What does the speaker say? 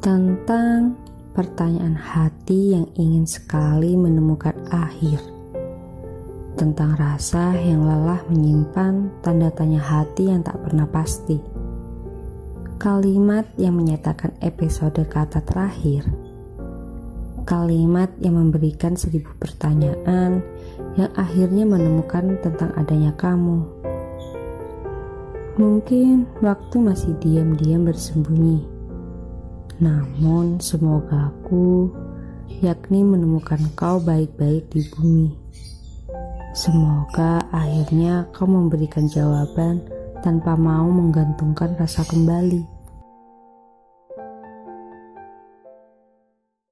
tentang pertanyaan hati yang ingin sekali menemukan akhir, tentang rasa yang lelah menyimpan tanda tanya hati yang tak pernah pasti, kalimat yang menyatakan episode kata terakhir, kalimat yang memberikan 1000 pertanyaan yang akhirnya menemukan tentang adanya kamu. Mungkin waktu masih diam-diam bersembunyi, namun semoga aku yakni menemukan kau baik-baik di bumi. Semoga akhirnya kau memberikan jawaban tanpa mau menggantungkan rasa kembali.